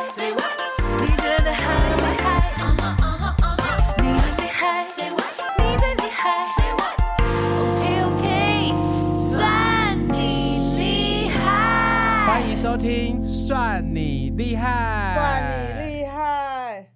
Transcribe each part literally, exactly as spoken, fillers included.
Say what？ 你真的很厉害，你很厉害。Say what？ 你最厉害。Say what？OK OK， 算你厉害。 欢迎收听算你厉害， 算你厉害。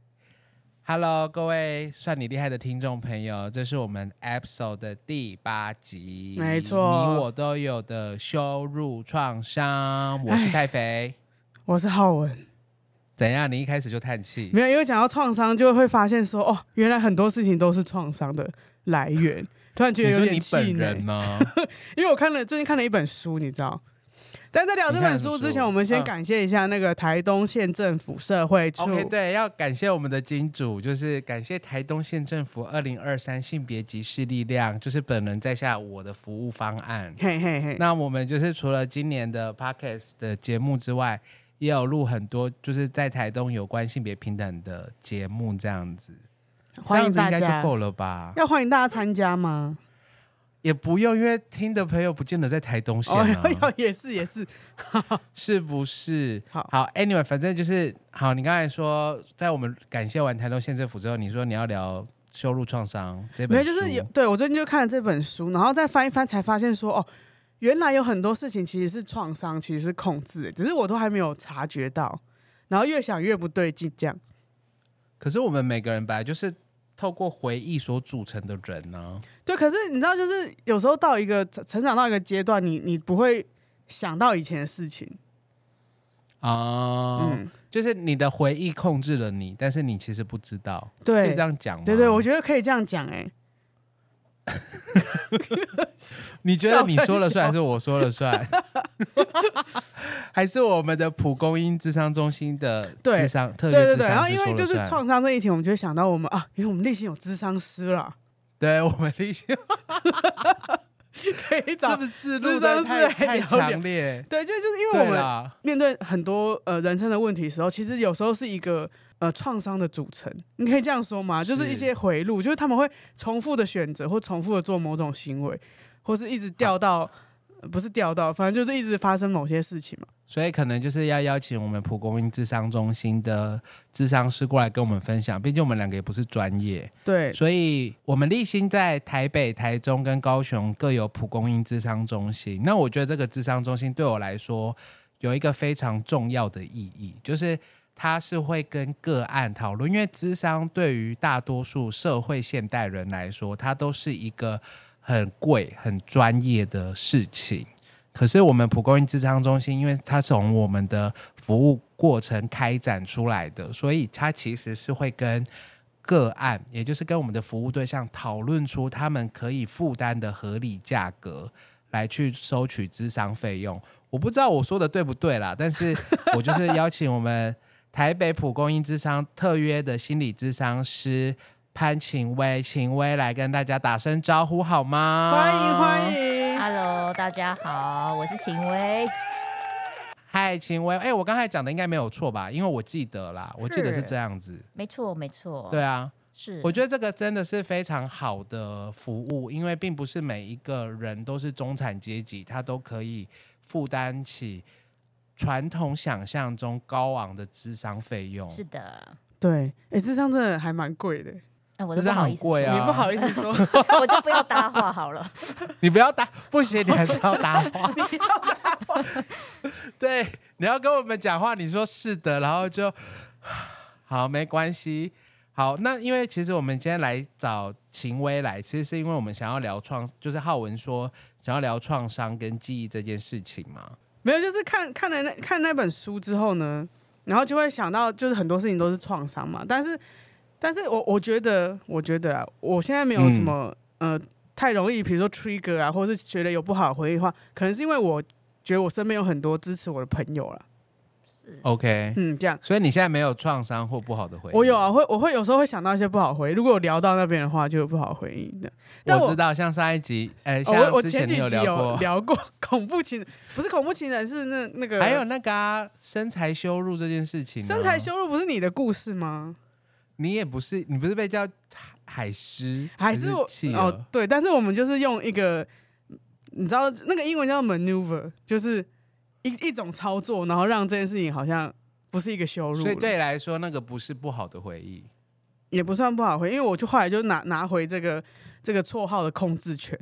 Hello， 各位算你厉害的听众朋友，这是我们 episode 的第八集， 没错， 你我都有的羞辱创伤。我是太肥， 我是浩文。 怎样？你一开始就叹气？ 没有，因为讲到创伤，就会发现说，哦，原来很多事情都是创伤的来源。突然觉得有点气馁。 你说你本人吗？ 因为我看了最近看了一本书，你知道。但在聊这本书之前，我们先感谢一下那个台东县政府社会处。 OK， 对，要感谢我们的金主，就是感谢台东县政府二零二三性别歧视力量，就是本人在下我的服务方案。 嘿嘿嘿。 那我们就是除了今年的 Podcast 的节目之外，也有录很多就是在台东有关性别平等的节目，这样子。 欢迎大家， 这样子应该就够了吧？ 要欢迎大家参加吗？ 也不用，因为听的朋友不见得在台东县啊。 哦，也是也是， 是不是？ 好， 好 ，Anyway， 反正就是好。你刚才说，在我们感谢完台东县政府之后，你说你要聊羞辱创伤这本书， 没有，就是有对我最近就看了这本书，然后再翻一翻，才发现说，哦，原来有很多事情其实是创伤，其实是控制，只是我都还没有察觉到，然后越想越不对劲，这样。 可是我们每个人本来就是透过回忆所组成的人呢、啊。 对，可是你知道，就是有时候到一个成长到一个阶段，你你不会想到以前的事情啊、呃嗯，就是你的回忆控制了你，但是你其实不知道。 对， 可以这样讲吗？ 对对，我觉得可以这样讲、欸。哎， 你觉得你说了算，还是我说了算？还是我们的蒲公英諮商中心的諮商特约諮商师说了算？对对对， 然后因为就是创伤这一题，我们就会想到我们啊，因为我们立新有諮商师啦。 对，我们立新可以找， 是不是自录的太太强烈？ 对，就就是因为我们面对很多呃人生的问题的时候，其实有时候是一个呃创伤的组成，你可以这样说吗？就是一些回路，就是他们会重复的选择或重复的做某种行为，或是一直掉到。不是掉到，反正就是一直发生某些事情嘛， 所以可能就是要邀请我们蒲公英諮商中心的諮商師過來跟我們分享，畢竟我們兩個也不是專業， 對， 所以我們立新在台北、台中跟高雄各有蒲公英諮商中心。那我覺得這個諮商中心對我來說有一個非常重要的意義，就是它是會跟個案討論，因為諮商對於大多數社會現代人來說，它都是一個很貴很專業的事情，可是我們蒲公英諮商中心因為它從我們的服務過程開展出來的，所以它其實是會跟個案，也就是跟我們的服務對象討論出他們可以負擔的合理價格來去收取諮商費用。我不知道我說的對不對啦，但是我就是邀請我們台北蒲公英諮商特約的心理諮商師潘晴薇，晴薇来跟大家打声招呼好吗？ 欢迎欢迎 ，Hello， 大家好，我是晴薇。 嗨，晴薇，哎，我刚才讲的应该没有错吧？因为我记得啦，我记得是这样子。 没错，没错。 对啊， 是。 我觉得这个真的是非常好的服务，因为并不是每一个人都是中产阶级，他都可以负担起传统想象中高昂的諮商费用。 是的， 对，哎，諮商真的还蛮贵的。 欸、我都不好意思说， 啊、 你不好意思说， 我就不要搭话好了。 你不要搭，不行，你还是要搭话。 你要搭话， 对，你要跟我们讲话，你说是的，然后就好，没关系。好，那因为其实我们今天来找晴薇来，其实是因为我们想要聊创，就是浩文说想要聊创伤跟记忆这件事情嘛。 没有，就是看看了那看那本书之后呢，然后就会想到，就是很多事情都是创伤嘛，但是。但是我我觉得，我觉得啊，我现在没有什么、嗯、呃太容易，比如说 trigger 啊，或是觉得有不好的回忆的话，可能是因为我觉得我身边有很多支持我的朋友啦。 OK， 嗯，这样。 所以你现在没有创伤或不好的回忆？ 我有啊，会我会有时候会想到一些不好回忆，如果有聊到那边的话，就有不好回忆的。但 我, 我知道，像上一集，呃，像我之前你有聊过， 我前几集有聊过恐怖情人，不是恐怖情人，是那那个， 还有那个、啊、身材羞辱这件事情、啊。 身材羞辱不是你的故事吗？ 你也不是，你不是被叫海狮， 还是我哦，对，但是我们就是用一个，你知道那个英文叫 maneuver， 就是一一种操作，然后让这件事情好像不是一个羞辱， 所以对你来说那个不是不好的回忆， 也不算不好回，因为我就后来就拿拿回这个这个绰号的控制权。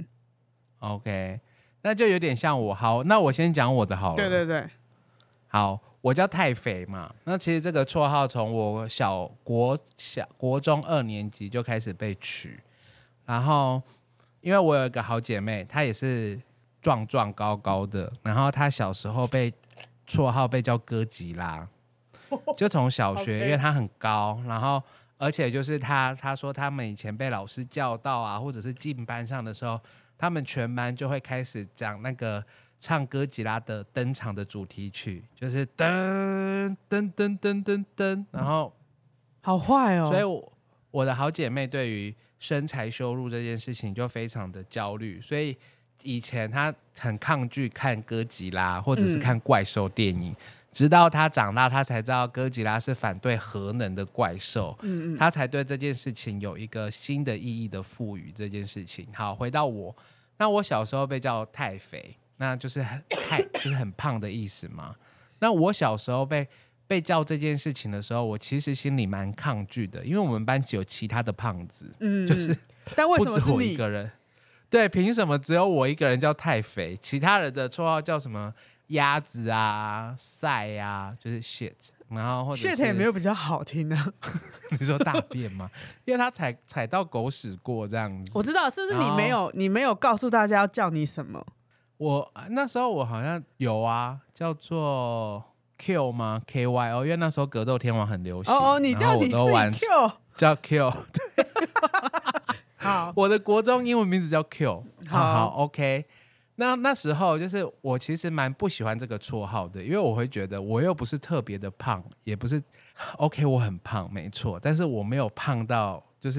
OK， 那就有点像我。好，那我先讲我的好了。 对对对， 好，我叫太肥嘛。那其实这个绰号从我小国小国中二年级就开始被取，然后因为我有一个好姐妹，她也是壮壮高高的，然后她小时候被绰号被叫哥吉拉，就从小学， Okay. 因为她很高，然后而且就是她她说他们以前被老师叫到啊，或者是进班上的时候，他们全班就会开始讲那个唱哥吉拉的登场的主题曲，就是噔噔噔噔噔噔，然后好坏哦。 所以我我的好姐妹对于身材羞辱这件事情就非常的焦虑，所以以前她很抗拒看哥吉拉或者是看怪兽电影，嗯、直到她长大，她才知道哥吉拉是反对核能的怪兽，嗯嗯，她才对这件事情有一个新的意义的赋予这件事情。好，回到我，那我小时候被叫太肥，那就是很太就是很胖的意思嘛。那我小时候被被叫这件事情的时候，我其实心里蛮抗拒的，因为我们班级有其他的胖子，嗯，就是但为什么不止我是你一个人？对，凭什么只有我一个人叫太肥？其他人的绰号叫什么鸭子啊、赛啊，就是 shit， 然后或者是 shit 也没有比较好听啊。 你说大便吗？因为他踩踩到狗屎过这样子。 我知道，是不是你没有你没有告诉大家要叫你什么？ 我那时候我好像有啊，叫做 Q 吗 ？K Y O， 因为那时候格斗天王很流行。 哦哦，你叫你自己 Q， 叫 Q， 对。 好， 我的国中英文名字叫 Q。 好， 好 ，OK。那那时候就是我其实蛮不喜欢这个绰号的，因为我会觉得我又不是特别的胖，也不是 OK， 我很胖没错，但是我没有胖到就是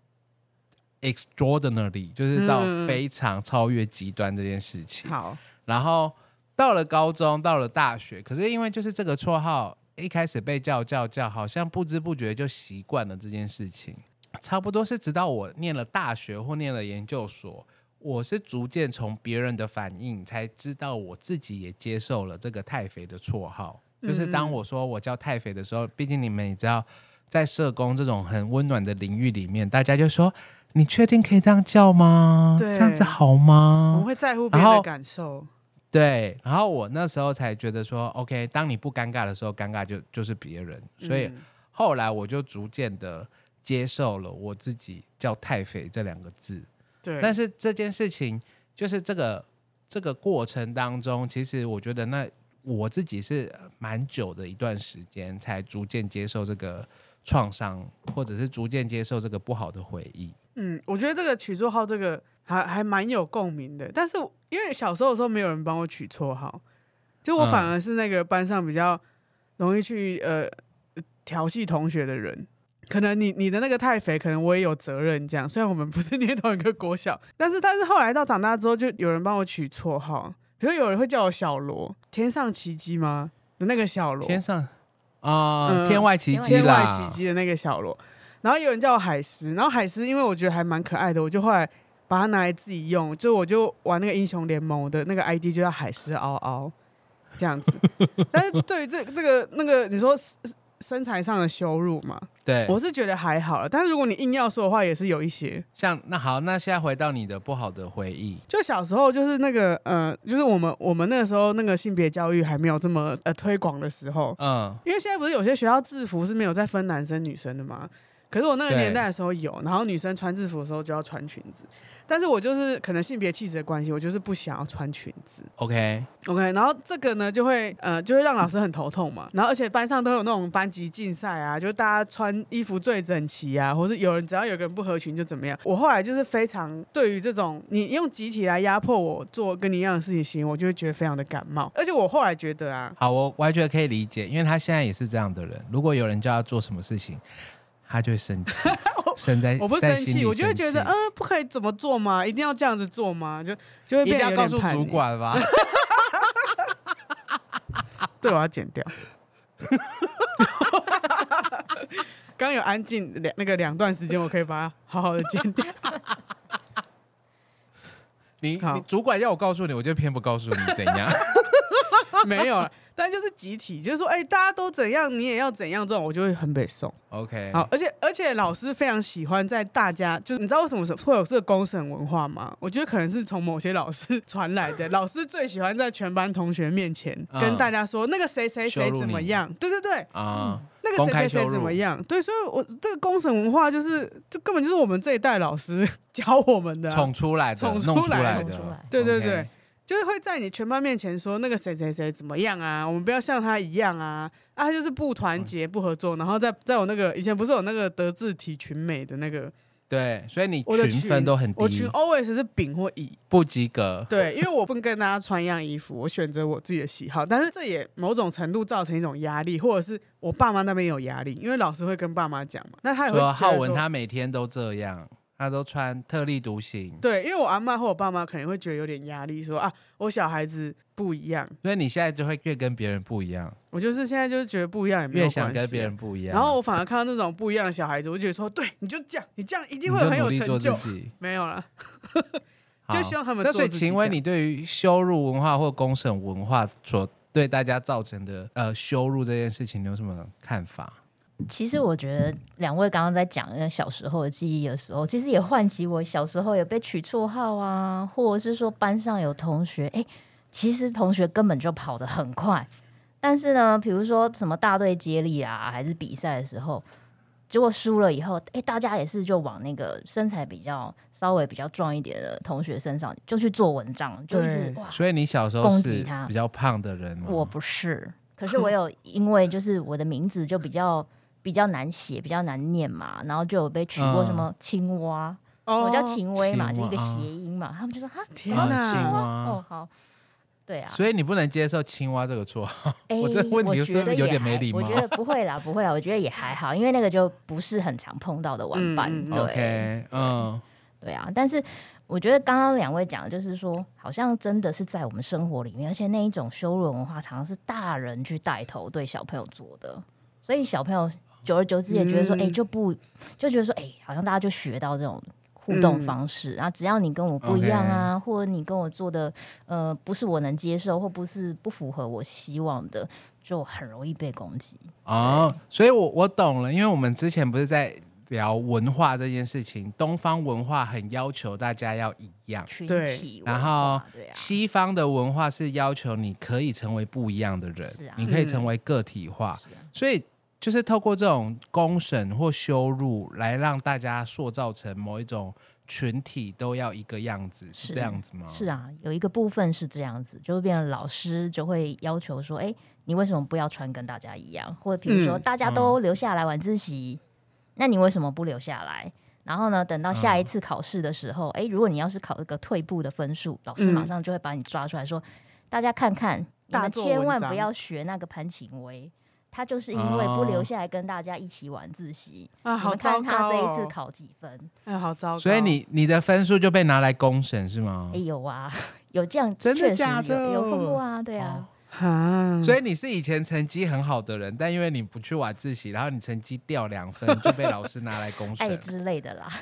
extraordinary， 就是到非常超越极端这件事情。 嗯、好， 然后到了高中，到了大学，可是因为就是这个绰号一开始被叫叫叫，好像不知不觉就习惯了这件事情。差不多是直到我念了大学或念了研究所，我是逐渐从别人的反应才知道我自己也接受了这个太肥的绰号。嗯、就是当我说我叫太肥的时候，毕竟你们也知道，在社工这种很温暖的领域里面，大家就说你确定可以这样叫吗？这样子好吗？ 我们会在乎别人的感受。 对，然后我那时候才觉得说 OK， 当你不尴尬的时候，尴尬就就是别人。所以后来我就逐渐的接受了我自己叫太肥这两个字。 对， 但是这件事情就是这个这个过程当中，其实我觉得那我自己是蛮久的一段时间才逐渐接受这个创伤，或者是逐渐接受这个不好的回忆。 嗯，我觉得这个取绰号这个还还蛮有共鸣的，但是因为小时候的时候没有人帮我取绰号，就我反而是那个班上比较容易去呃调戏同学的人。可能你你的那个太肥，可能我也有责任这样。虽然我们不是念同一个国小，但是但是后来到长大之后，就有人帮我取绰号，比如有人会叫我小罗，天上奇迹吗的那个小罗， 天上啊、呃嗯，天外奇迹啦， 天外奇迹的那个小罗。然后有人叫我海狮，然后海狮因为我觉得还蛮可爱的，我就后来把它拿来自己用，就我就玩那个英雄联盟，我的那个 I D 就叫海狮嗷嗷这样子。但是对于这这个那个你说身材上的羞辱嘛， 对， 我是觉得还好了。但是如果你硬要说的话，也是有一些。 像那好，那现在回到你的不好的回忆， 就小时候就是那个呃，就是我们我们那个时候那个性别教育还没有这么呃推广的时候，嗯，因为现在不是有些学校制服是没有在分男生女生的吗？可是我那个年代的时候有，然后女生穿制服的时候就要穿裙子，但是我就是可能性别气质的关系，我就是不想要穿裙子。 OK OK， 然后这个呢就会呃就会让老师很头痛嘛，然后而且班上都有那种班级竞赛啊，就是大家穿衣服最整齐啊，或是有人只要有个人不合群就怎么样。我后来就是非常对于这种你用集体来压迫我做跟你一样的事情，我就会觉得非常的感冒。而且我后来觉得啊， 好，我我还觉得可以理解，因为他现在也是这样的人，如果有人叫他做什么事情，他就会生气，生在我不生气，我就会觉得，嗯、呃，不可以怎么做吗？一定要这样子做吗？就就会变得有点叛逆。一定要告诉主管吧？ 对，我要剪掉。刚有安静两那个两段时间，我可以把它好好的剪掉。 你你主管要我告诉你，我就偏不告诉你，怎样？ 没有了。 但就是集体，就是说，哎、大家都怎样，你也要怎样，这种我就会很北宋。 OK， 好，而且而且老师非常喜欢在大家，就是你知道为什么会有这个公审文化吗？我觉得可能是从某些老师传来的。老师最喜欢在全班同学面前跟大家说，那个谁谁谁怎么样，对对对， 啊、 嗯，那个谁谁谁怎么样，对，所以我这个公审文化就是，这根本就是我们这一代老师教我们的、啊， 宠出来的， 宠弄出来的， 对对对。 Okay， 就是会在你全班面前说那个谁谁谁怎么样啊，我们不要像他一样啊，啊他就是不团结不合作，然后再再有那个以前不是有那个德智体群美的那个， 对，所以你群分都很低， 我群 always 是丙或乙， 不及格。 对，因为我不跟大家穿一样衣服，我选择我自己的喜好，但是这也某种程度造成一种压力，或者是我爸妈那边有压力，因为老师会跟爸妈讲嘛，那他也会觉得说浩文他每天都这样。他都穿特立独行， 对，因为我阿嬷或我爸妈可能会觉得有点压力，说啊，我小孩子不一样， 所以你现在就会越跟别人不一样。 我就是现在就是觉得不一样也没有关系， 越想跟别人不一样， 然后我反而看到那种不一样的小孩子，我就觉得说，对，你就这样，你这样一定会很有成就。没有啦，就希望他们做自己。 那所以，请问你对于羞辱文化或公审文化所对大家造成的呃羞辱这件事情，你有什么看法？ 其实我觉得两位刚刚在讲那小时候的记忆的时候，其实也唤起我小时候有被取绰号啊，或者是说班上有同学，哎，其实同学根本就跑得很快，但是呢，比如说什么大队接力啊，还是比赛的时候，结果输了以后，哎，大家也是就往那个身材比较稍微比较壮一点的同学身上就去做文章，就一直哇。 所以你小时候是比较胖的人吗？ 我不是，可是我有因为就是我的名字就比较。比较难写，比较难念嘛，然后就有被取过什么青蛙，嗯、我叫秦薇嘛，就一个谐音嘛，他们就说哈， 天哪， 青蛙， 哦好，对啊， 所以你不能接受青蛙这个绰号，欸、我这个问题是不是有点没礼貌？ 我觉得不会啦，不会啦，我觉得也还好，因为那个就不是很常碰到的玩伴，嗯、对 ，OK， 嗯， 对啊，但是我觉得刚刚两位讲的就是说，好像真的是在我们生活里面，而且那一种羞辱文化常常是大人去带头对小朋友做的，所以小朋友。久而久之也觉得说，哎、嗯欸，就不就觉得说，哎、欸，好像大家就学到这种互动方式，然、嗯、后只要你跟我不一样啊， okay. 或者你跟我做的呃不是我能接受，或不是不符合我希望的，就很容易被攻击。 哦，所以我我懂了，因为我们之前不是在聊文化这件事情，东方文化很要求大家要一样， 群体文化， 然后对啊， 西方的文化是要求你可以成为不一样的人， 啊、 你可以成为个体化， 啊、 所以。就是透过这种公审或羞辱来让大家塑造成某一种群体都要一个样子，是这样子吗？ 是啊，有一个部分是这样子，就会变成老师就会要求说，哎，你为什么不要穿跟大家一样？或者比如说、嗯、大家都留下来晚自习、嗯，那你为什么不留下来？然后呢，等到下一次考试的时候，哎、嗯，如果你要是考一个退步的分数，老师马上就会把你抓出来说，嗯、大家看看，你们千万不要学那个潘晴薇。他就是因为不留下来跟大家一起晚自习、 哦、啊， 好糟糕、哦！你们看他这一次考几分？ 哎，好糟糕！ 所以你你的分数就被拿来公审是吗？ 哎，有啊，有这样， 真的假的？ 有, 有分过啊，对啊。 哦、所以你是以前成绩很好的人，但因为你不去晚自习，然后你成绩掉两分，就被老师拿来公审， 哎之类的啦。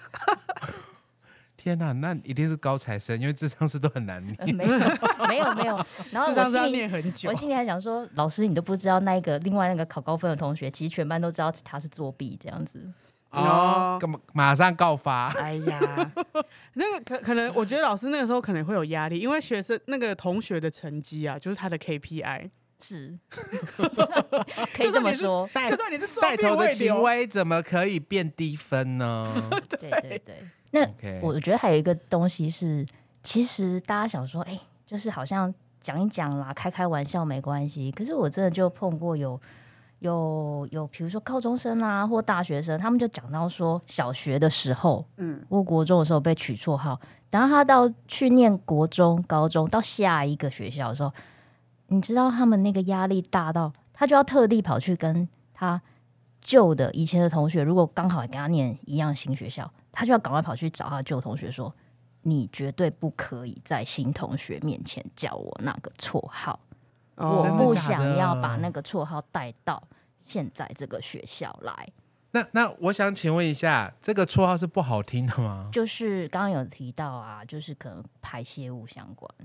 天哪，那一定是高材生，因为智商是都很难念。 呃、没有，没有，没有。然后我心里念很久， 我心里还想说，老师你都不知道那个另外那个考高分的同学，其实全班都知道他是作弊这样子。 哦，马上告发。 哎呀，那个可可能，我觉得老师那个时候可能会有压力，因为学生那个同学的成绩啊，就是他的 K P I。 是，可以这么说。 就算你是带头的秦薇，怎么可以变低分呢？ 对对对。那、okay. 我觉得还有一个东西是，其实大家想说，哎、欸，就是好像讲一讲啦，开开玩笑没关系。可是我真的就碰过有有有，比如说高中生啊，或大学生，他们就讲到说，小学的时候，嗯，或国中的时候被取绰号，然后他到去念国中、高中，到下一个学校的时候，你知道他们那个压力大到，他就要特地跑去跟他旧的以前的同学，如果刚好跟他念一样新学校。他就要赶快跑去找他旧同学说，你绝对不可以在新同学面前叫我那个绰号、哦、我不想要把那个绰号带到现在这个学校来。 那那我想请问一下，这个绰号是不好听的吗？ 就是刚刚有提到啊，就是可能排泄物相关。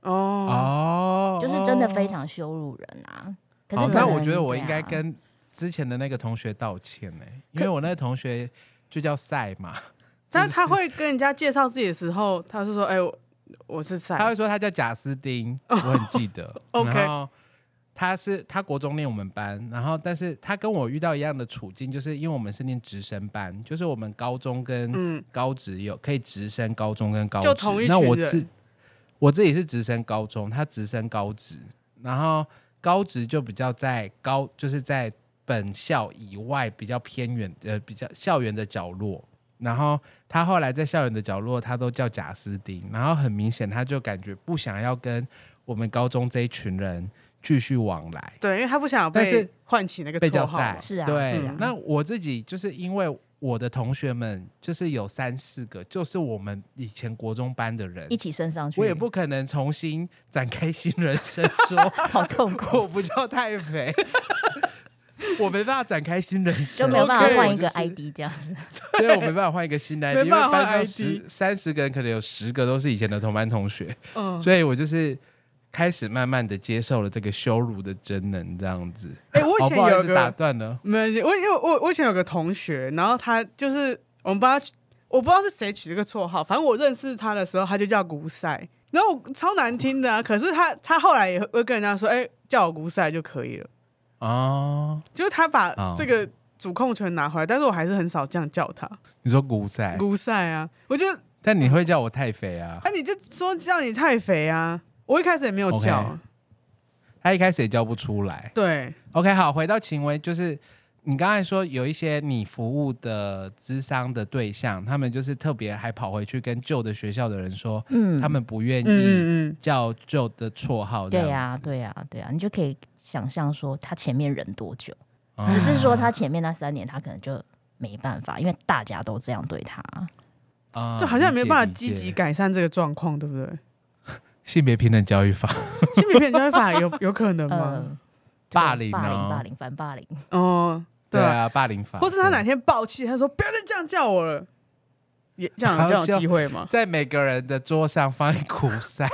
哦， 就是真的非常羞辱人啊。可是好， 可能那我觉得我应该对啊跟之前的那个同学道歉呢、因为我那个同学就叫赛嘛， 但是他会跟人家介绍自己的时候，他是说：“哎、我我是赛。” 他会说他叫贾斯汀，我很记得。 OK 然后他是他国中念我们班，然后但是他跟我遇到一样的处境，就是因为我们是念直升班，就是我们高中跟嗯高职有可以直升高中跟高职， 就同一群人那我自我自己是直升高中，他直升高职，然后高职就比较在高，就是在本校以外比较偏远呃比较校园的角落。然后他后来在校园的角落，他都叫贾斯汀，然后很明显他就感觉不想要跟我们高中这一群人继续往来， 对，因为他不想但是被唤起那个被叫绰号嘛赛。 是啊对是啊， 那我自己就是因为我的同学们就是有三四个，就是我们以前国中班的人一，起升上去， 我也不可能重新展开新人生说好痛苦， 我不叫太肥。我没办法展开新人生， 就没有办法 OK 换一个我就是 I D 这样子。 对，我没办法换一个新的 I D， 因为没办法换班上 I D 十三十个人，可能有十个都是以前的同班同学， 嗯， 所以我就是开始慢慢的接受了这个羞辱的真能，这样子。 哎、我以哦， 前不好意思有个打断了， 没关系，我因为我我以前有个同学，然后他就是我们帮他取，我不知道是谁取这个绰号，反正我认识他的时候他就叫古赛，然后我超难听的啊，可是他他后来也会跟人家说，哎、叫我古赛就可以了， 哦， 就是他把哦这个主控权拿回来，但是我还是很少这样叫他你说古赛， 古赛啊，我就但你会叫我太肥啊？ 啊你就说叫你太肥啊，我一开始也没有叫 OK 他一开始也叫不出来。 对， OK， 好，回到秦薇，就是你刚才说有一些你服务的諮商的对象，他们就是特别还跑回去跟旧的学校的人说， 嗯， 他们不愿意嗯嗯叫旧的绰号这样子。 对呀、对呀、对呀、你就可以想象说他前面忍多久， 哦只是说他前面那三年他可能就没办法，因为大家都这样对他。 啊嗯，就好像没有办法理解积极改善这个状况，对不对？ 性别平等教育法性别平等教育法有有可能吗？ 呃， 霸凌霸凌、 哦霸凌、反霸凌， 哦， 对对啊， 啊，霸凌法， 或是他哪对天爆气，他说不要再这样叫我了，也这样然后这样有就机会吗？ 在每个人的桌上放一苦塞。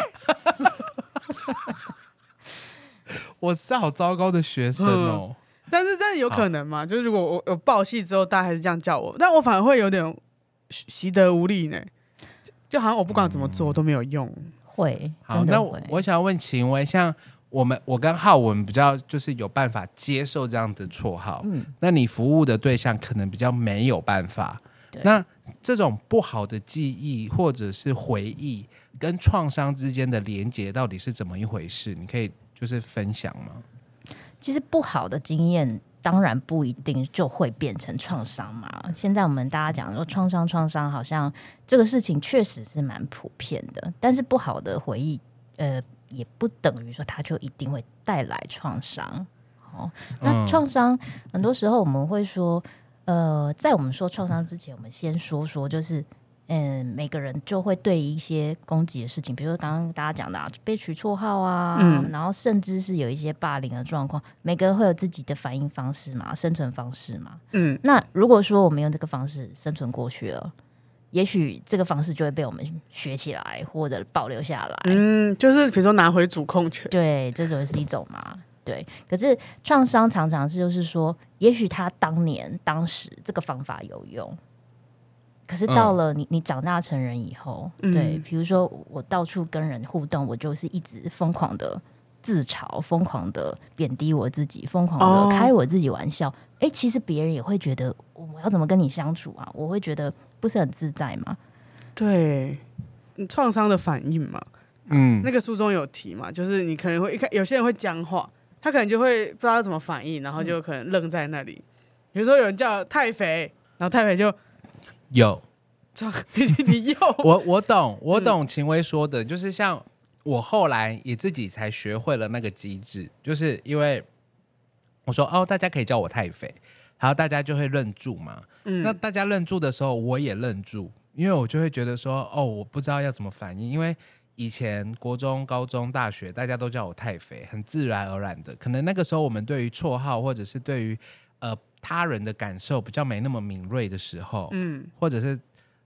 我是好糟糕的学生哦。 但是真的有可能吗？就是如果我有爆气之后，大家还是这样叫我，但我反而会有点习得无力呢，就好像我不管怎么做都没有用。 会好，那我真的会。 我想问秦薇，像我们我跟浩文比较就是有办法接受这样的绰号， 嗯， 那你服务的对象可能比较没有办法。 对那这种不好的记忆或者是回忆跟创伤之间的连结到底是怎么一回事？你可以就是分享吗？ 其实不好的经验当然不一定就会变成创伤嘛。现在我们大家讲说创伤，创伤好像这个事情确实是蛮普遍的，但是不好的回忆，呃，也不等于说它就一定会带来创伤。哦，那嗯创伤很多时候我们会说，呃，在我们说创伤之前，我们先说说就是。嗯，每个人就会对一些攻击的事情，比如说刚刚大家讲的、啊、被取绰号啊， 嗯然后甚至是有一些霸凌的状况，每个人会有自己的反应方式嘛，生存方式嘛。 嗯， 那如果说我们用这个方式生存过去了，也许这个方式就会被我们学起来或者保留下来。 嗯，就是比如说拿回主控权。 对，这种是一种嘛。对，可是创伤常常是就是说，也许他当年当时这个方法有用。可是到了你你长大成人以后， 嗯对，比如说我到处跟人互动，我就是一直疯狂的自嘲，疯狂的贬低我自己，疯狂哦的开我自己玩笑。哎、欸，其实别人也会觉得我要怎么跟你相处啊？我会觉得不是很自在嘛。 对，创伤的反应嘛， 嗯， 那个书中有提嘛，就是你可能会一看有些人会僵化，他可能就会不知道怎么反应，然后就可能愣在那里。比如说有人叫太肥，然后太肥就有。 你你又我我懂，我懂秦薇说的，就是像我后来也自己才学会了那个机制，就是因为我说哦，大家可以叫我太肥，然后大家就会愣住嘛。 嗯那大家愣住的时候，我也愣住，因为我就会觉得说哦，我不知道要怎么反应，因为以前国中、高中、大学大家都叫我太肥，很自然而然的，可能那个时候我们对于绰号或者是对于呃他人的感受比较没那么敏锐的时候， 嗯或者是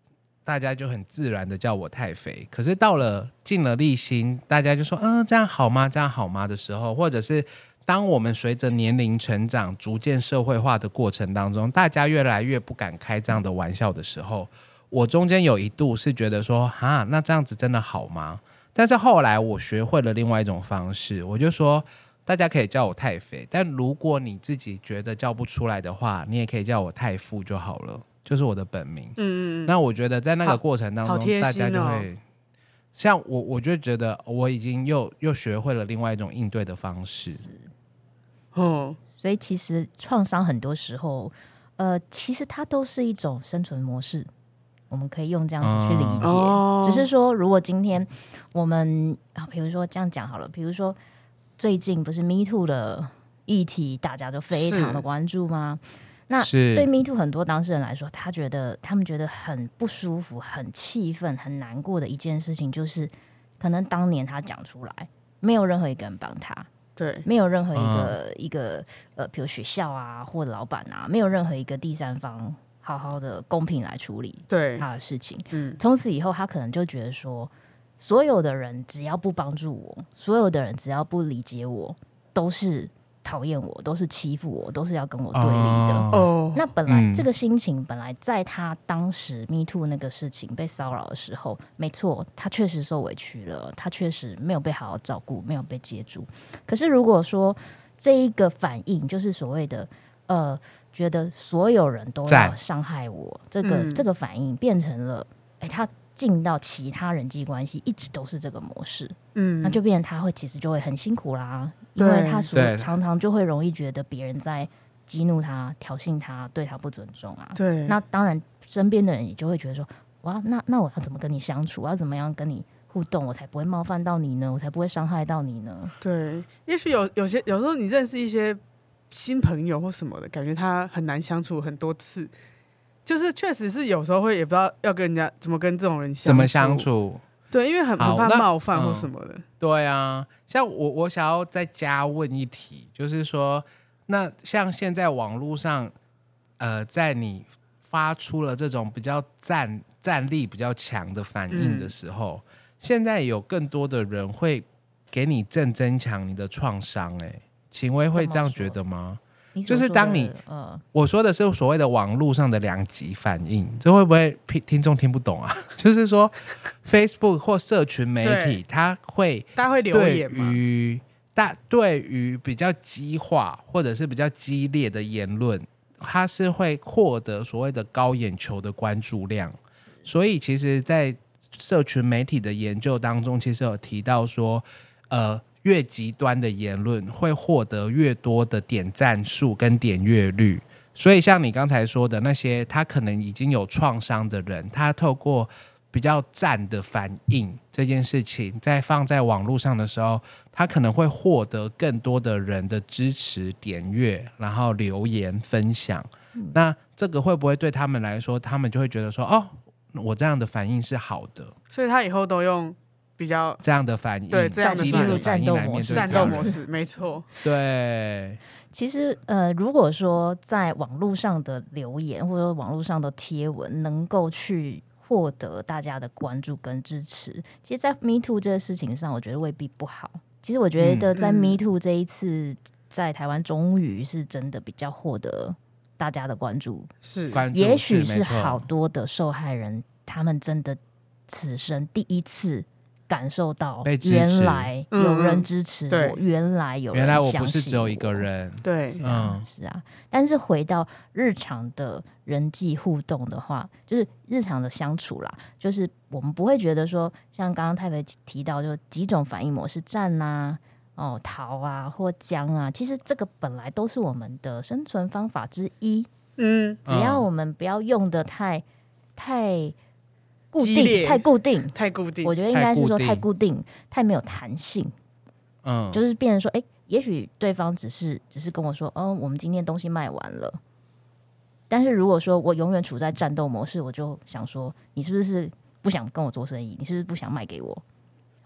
大家就很自然的叫我太肥。可是到了进了立新，大家就说嗯，这样好吗？这样好吗的时候，或者是当我们随着年龄成长逐渐社会化的过程当中，大家越来越不敢开这样的玩笑的时候，我中间有一度是觉得说哈，那这样子真的好吗？但是后来我学会了另外一种方式，我就说大家可以叫我太肥，但如果你自己觉得叫不出来的话，你也可以叫我太富就好了，就是我的本名。嗯嗯。那我觉得在那个过程当中， 哦、 大家就会像我，我就觉得我已经又又学会了另外一种应对的方式。 哦，所以其实创伤很多时候，呃，其实它都是一种生存模式，我们可以用这样子去理解。哦、只是说，如果今天我们啊，比如说这样讲好了，比如说。最近不是 Me Too 的议题，大家就非常的关注吗？那对 Me Too 很多当事人来说，他觉得他们觉得很不舒服、很气愤、很难过的一件事情，就是可能当年他讲出来，没有任何一个人帮他， 对， 没有任何一个、嗯、一个呃，比如学校啊或者老板啊，没有任何一个第三方好好的公平来处理他的事情。嗯，从此以后，他可能就觉得说。所有的人只要不帮助我，所有的人只要不理解我，都是讨厌我，都是欺负我，都是要跟我对立的。哦，那本来、嗯、这个心情本来在他当时 Me Too 那个事情被骚扰的时候，没错，他确实受委屈了，他确实没有被好好照顾，没有被接住。可是如果说这一个反应就是所谓的呃，觉得所有人都要伤害我，这个、嗯、这个反应变成了，哎，他。进到其他人际关系一直都是这个模式，嗯，那就变成他会其实就会很辛苦啦，因为他所常常就会容易觉得别人在激怒他、挑衅他、对他不尊重啊。对，那当然身边的人也就会觉得说，哇，那那我要怎么跟你相处？我要怎么样跟你互动，我才不会冒犯到你呢？我才不会伤害到你呢？ 对，也许有有些有时候你认识一些新朋友或什么的，感觉他很难相处很多次。就是确实是有时候会也不知道要跟人家怎么跟这种人相处， 怎么相处？ 对，因为很很怕冒犯或什么的、嗯。 对啊，像我我想要再加问一题，就是说，那像现在网络上，呃，在你发出了这种比较战战力比较强的反应的时候，嗯、现在有更多的人会给你正增强你的创伤。哎，秦薇会这样觉得吗？就是当你、呃、我说的是所谓的网络上的两极反应，这会不会听众听不懂啊？就是说 Facebook 或社群媒体它会大家会留言吗？ 对于大对于比较激化或者是比较激烈的言论，它是会获得所谓的高眼球的关注量。所以其实在社群媒体的研究当中，其实有提到说呃越极端的言论会获得越多的点赞数跟点阅率，所以像你刚才说的那些他可能已经有创伤的人，他透过比较赞的反应这件事情在放在网络上的时候，他可能会获得更多的人的支持点阅，然后留言分享、嗯、那这个会不会对他们来说，他们就会觉得说哦，我这样的反应是好的， 所以他以后都用比较这样的反应， 对，这样的战斗模式， 战斗模式，没错。 对， 其实呃，如果说在网络上的留言或者网络上的贴文能够去获得大家的关注跟支持，其实，在 Me Too 这个事情上，我觉得未必不好。其实我觉得在 Me Too 这一次，嗯、在台湾终于是真的比较获得大家的关注， 是， 也许是好多的受害人，他们真的此生第一次感受到原来有人支持我、嗯、原来有人相信我，原来我不是只有一个人， 对， 是啊、嗯、是啊。但是回到日常的人际互动的话，就是日常的相处啦，就是我们不会觉得说，像刚刚太肥提到，就几种反应模式，战啊、哦、逃啊或僵啊，其实这个本来都是我们的生存方法之一。嗯，只要我们不要用的太太固定，太固定， 太固定， 我觉得应该是说太固定，太没有弹性。嗯，就是变成说，哎、欸，也许对方只是只是跟我说，哦，我们今天东西卖完了。但是如果说我永远处在战斗模式，我就想说，你是不是不想跟我做生意？你是不是不想卖给我？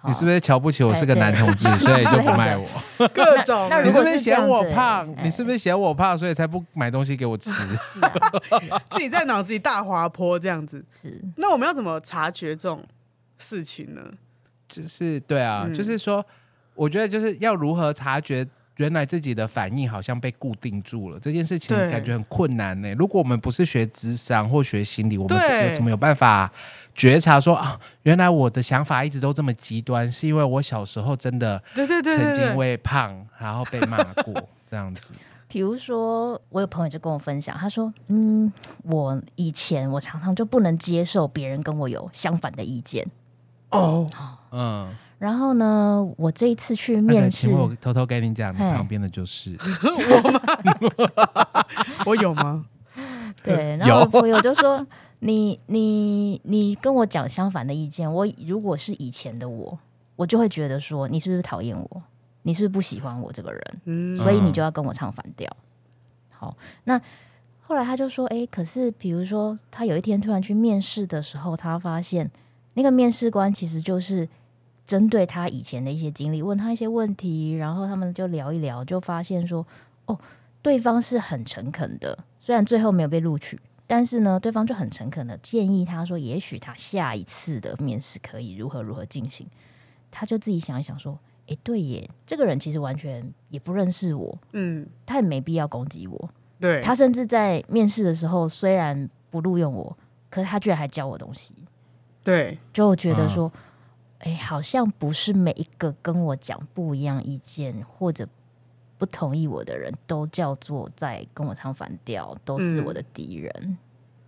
你是不是瞧不起我是个男同志，所以就不卖我？ 各种你是不那那如果是嫌我这样胖？ 对你是不是嫌我胖，所以才不买东西给我吃？ 自己在脑子里大滑坡这样子。 是那我们要怎么察觉这种事情呢？ 就是对啊， 嗯就是说，我觉得就是要如何察觉原来自己的反应好像被固定住了，这件事情对感觉很困难呢、如果我们不是学諮商或学心理，我们对怎有怎么有办法觉察说啊，原来我的想法一直都这么极端，是因为我小时候真的对对对对对， 曾经为胖然后被骂过这样子。 比如说，我有朋友就跟我分享，他说：“嗯，我以前我常常就不能接受别人跟我有相反的意见。 哦， 嗯， 然后呢，我这一次去那个面试请，我偷偷跟你讲，你嘿旁边的就是我有吗？ 对，然后我朋友就说：你你你跟我讲相反的意见，我如果是以前的我，我就会觉得说，你是不是讨厌我？你是不是不喜欢我这个人？ 嗯， 所以你就要跟我唱反调。好，那后来他就说，哎，可是比如说他有一天突然去面试的时候，他发现那个面试官其实就是针对他以前的一些经历，问他一些问题，然后他们就聊一聊，就发现说，哦，对方是很诚恳的，虽然最后没有被录取，但是呢，对方就很诚恳的建议他说，也许他下一次的面试可以如何如何进行。他就自己想一想说，哎，对耶，这个人其实完全也不认识我， 嗯， 他也没必要攻击我。 对， 他甚至在面试的时候，虽然不录用我，可是他居然还教我东西， 对， 就觉得说，哎、嗯，好像不是每一个跟我讲不一样意见或者不同意我的人都叫做在跟我唱反调，都是我的敌人。嗯、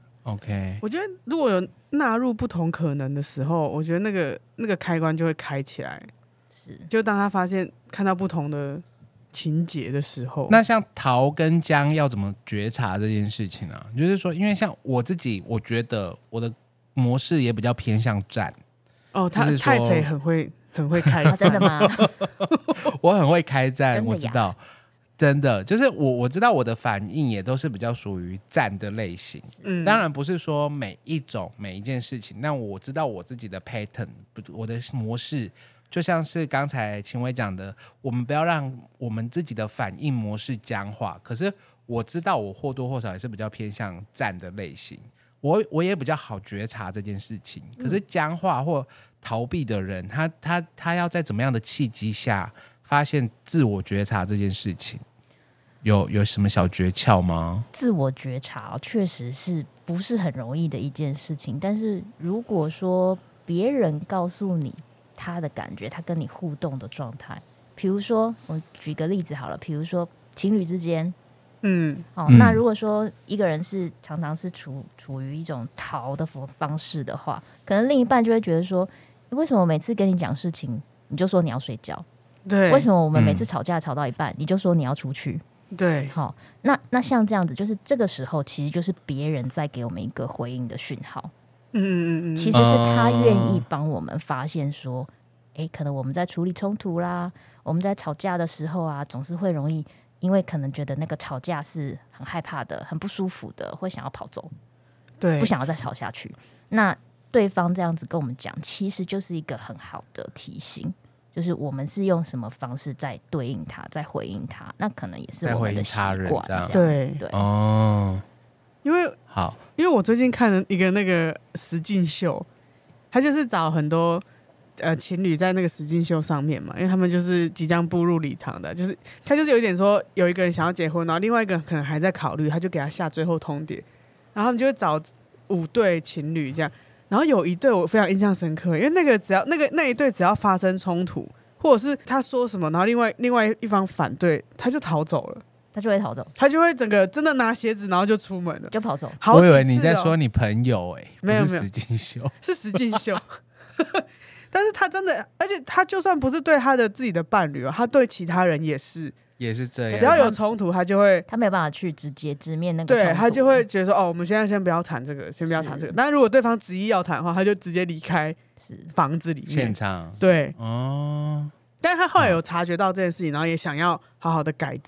OK， 我觉得如果有纳入不同可能的时候，我觉得那个那个开关就会开起来。 是， 就当他发现看到不同的情节的时候， 那像桃跟姜要怎么觉察这件事情啊？就是说，因为像我自己，我觉得我的模式也比较偏向战。 哦，他就是说太肥很会很会开啊、 战， 真的吗？ 我很会开战， 真的呀我知道，真的就是我我知道我的反应也都是比较属于战的类型。 嗯， 当然不是说每一种每一件事情，那我知道我自己的 pattern， 我的模式。就像是刚才秦伟讲的，我们不要让我们自己的反应模式僵化。可是我知道我或多或少也是比较偏向战的类型，我我也比较好觉察这件事情。可是僵化或逃避的人，他他他要在怎么样的契机下发现自我觉察这件事情，有有什么小诀窍吗？ 自我觉察确实是不是很容易的一件事情，但是如果说别人告诉你他的感觉，他跟你互动的状态，比如说我举个例子好了，比如说情侣之间， 嗯， 哦， 嗯那如果说一个人是常常是处处于一种逃的方式的话，可能另一半就会觉得说，为什么我每次跟你讲事情，你就说你要睡觉？ 对， 为什么我们每嗯次吵架吵到一半，你就说你要出去？ 对， 好、那那像这样子，就是这个时候其实就是别人在给我们一个回应的讯号。 嗯嗯嗯嗯， 其实是他愿意帮我们发现说，哎、可能我们在处理冲突啦，我们在吵架的时候啊，总是会容易因为可能觉得那个吵架是很害怕的、很不舒服的，会想要跑走， 对， 不想要再吵下去。那对方这样子跟我们讲，其实就是一个很好的提醒，就是我们是用什么方式在对应他，在回应他，那可能也是我们的习在回应他人惯。 这样对对， 哦， 因为好， 因为我最近看了一个那个实境秀，他就是找很多呃情侣在那个实境秀上面嘛，因为他们就是即将步入礼堂的，就是他就是有一点说有一个人想要结婚，然后另外一个人可能还在考虑，他就给他下最后通牒，然后他们就会找五对情侣这样，然后有一对我非常印象深刻，因为那个只要那个那一对只要发生冲突，或者是他说什么，然后另外另外一方反对，他就逃走了。 他就会逃走， 他就会整个真的拿鞋子，然后就出门了。 就跑走。 好几次哦我以为你在说你朋友、欸，哎， 没有没有不是实境秀。 是实境秀，但是他真的，而且他就算不是对他的自己的伴侣哦，他对其他人也是， 也是这样， 只要有冲突，他就会。 他没有办法去直接直面那个冲突， 对他就会觉得说，哦，我们现在先不要谈这个，先不要谈这个。但如果对方执意要谈的话，他就直接离开是房子里面。 现场。 对， 哦， 但是他后来有察觉到这件事情，然后也想要好好的改正，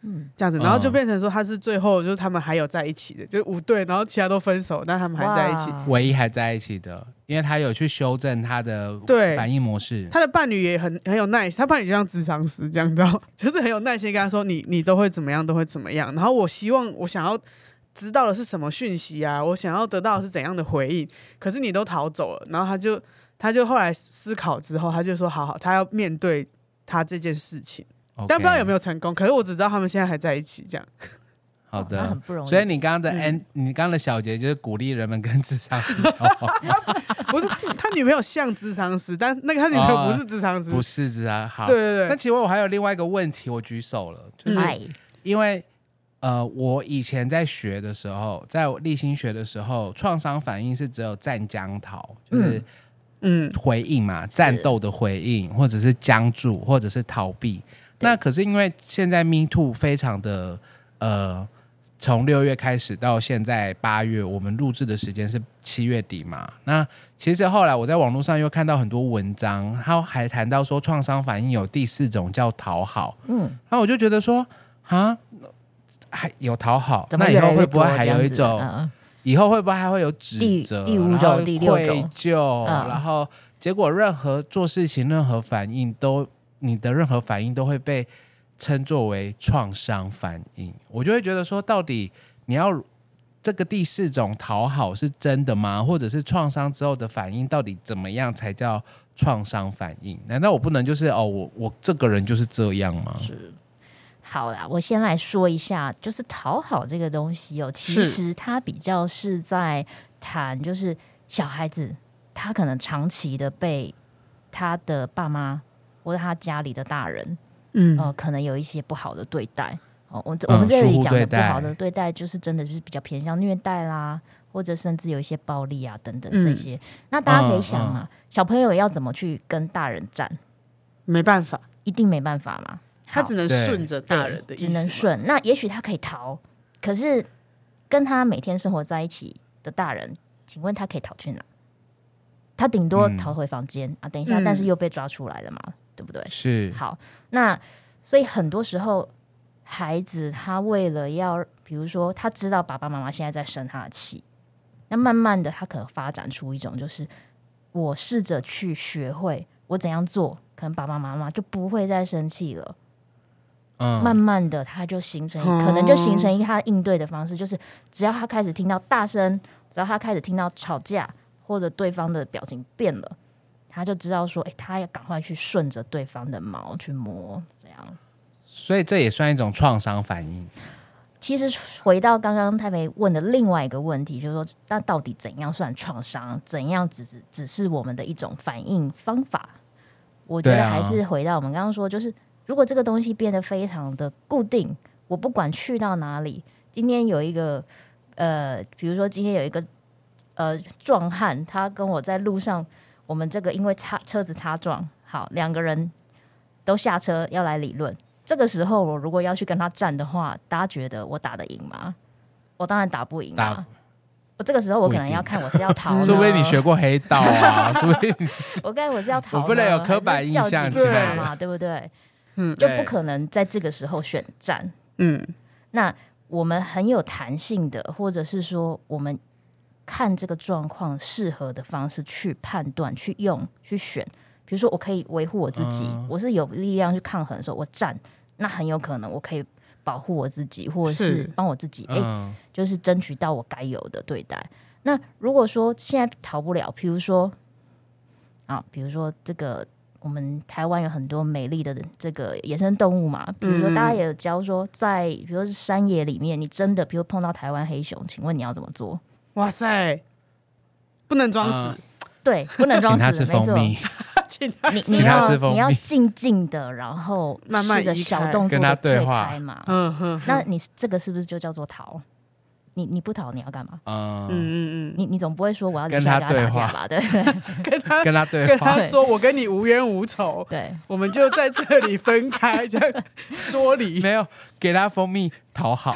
嗯，这样子，然后就变成说他是最后就是他们还有在一起的，就是五对，然后其他都分手，但他们还在一起， 唯一还在一起的，因为他有去修正他的反应模式。 他的伴侣也很很有耐心，他伴侣就像咨商师这样，你知道，就是很有耐心跟他说你你都会怎么样，都会怎么样。然后我希望我想要知道的是什么讯息啊，我想要得到的是怎样的回应，可是你都逃走了。然后他就他就后来思考之后，他就说好好，他要面对他这件事情。Okay. 但不知道有没有成功，可是我只知道他们现在还在一起，这样。 好的， 很不容易。 所以你刚刚的 N，、嗯、你刚刚的小节就是鼓励人们跟諮商師交往。 不是他女朋友像諮商師，但那个他女朋友不是諮商師、哦， 不是諮商。好， 对对对。 那其实我还有另外一个问题，我举手了，就是因为呃，我以前在学的时候，在立新学的时候，创伤反应是只有战僵逃，就是嗯回应嘛，战斗的回应，或者是僵住，或者是逃避。那可是因为现在 Me Too 非常的呃，从六月开始到现在八月，我们录制的时间是七月底嘛。那其实后来我在网络上又看到很多文章，他还谈到说创伤反应有第四种叫讨好。嗯，然后我就觉得说啊，还有讨好，那以后会不会还有一种？嗯、以后会不会还会有指责？ 第五种、第六种愧疚、嗯，然后结果任何做事情、任何反应都。你的任何反应都会被称作为创伤反应，我就会觉得说，到底你要这个第四种讨好是真的吗？或者是创伤之后的反应到底怎么样才叫创伤反应？难道我不能就是哦，我我这个人就是这样吗？ 是，好啦，我先来说一下，就是讨好这个东西哦，其实它比较是在谈，就是小孩子他可能长期的被他的爸妈。或者他家里的大人，嗯，呃，可能有一些不好的对待。哦，我我们这里讲的不好的对待，就是真的就是比较偏向虐待啦，或者甚至有一些暴力啊等等这些。嗯、那大家可以想嘛、嗯嗯，小朋友要怎么去跟大人战？ 没办法， 一定没办法嘛。 他只能顺着大人的意思， 只能顺。那也许他可以逃，可是跟他每天生活在一起的大人，请问他可以逃去哪？他顶多逃回房间、嗯、啊，等一下、嗯，但是又被抓出来了嘛。对不对？ 是。 好，那所以很多时候孩子他为了要比如说他知道爸爸妈妈现在在生他的气，那慢慢的他可能发展出一种就是我试着去学会我怎样做，可能爸爸妈妈就不会再生气了、嗯、慢慢的他就形成、嗯、可能就形成一个他应对的方式，就是只要他开始听到大声，只要他开始听到吵架或者对方的表情变了，他就知道说、欸、他要赶快去顺着对方的毛去摸，这样。 所以这也算一种创伤反应。 其实回到刚刚太梅问的另外一个问题，就是说那到底怎样算创伤，怎样只是只是我们的一种反应方法，我觉得还是回到我们刚刚说，就是如果这个东西变得非常的固定，我不管去到哪里，今天有一个呃比如说今天有一个呃壮汉，他跟我在路上，我们这个因为擦车子擦撞，好，两个人都下车要来理论。这个时候我如果要去跟他战的话，大家觉得我打得赢吗？我当然打不赢啊。我这个时候我可能要看我是要逃呢， 除非你学过黑道啊，除非我该我是要逃呢， 我不能有刻板印象起来嘛，对不对？嗯，就不可能在这个时候选战。嗯，那我们很有弹性的，或者是说我们看这个状况适合的方式去判断、去用、去选。比如说我可以维护我自己、嗯、我是有力量去抗衡的时候我战，那很有可能我可以保护我自己，或者是帮我自己、欸嗯、就是争取到我该有的对待。那如果说现在逃不了，比如说啊，比如说这个我们台湾有很多美丽的这个野生动物嘛，比如说大家也有教说在比如说是山野里面，你真的比如碰到台湾黑熊，请问你要怎么做？ 哇塞，不能装死、嗯、 对，不能装死， 请他吃蜂蜜你, 你, 要你要静静的，然后慢慢试着小动作的推开嘛。嗯哼，那你这个是不是就叫做逃？你你不逃你要干嘛？嗯嗯嗯，你你总不会说我要跟他对话吧？对， 跟他跟他对话， 跟他说我跟你无冤无仇， 对， 我们就在这里分开，这样说理没有给他蜂蜜讨好。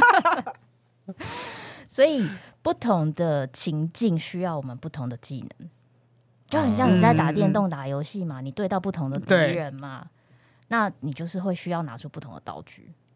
所以不同的情境需要我们不同的技能。就很像你在打电动打游戏嘛、嗯、你对到不同的敌人嘛，那你就是会需要拿出不同的道具。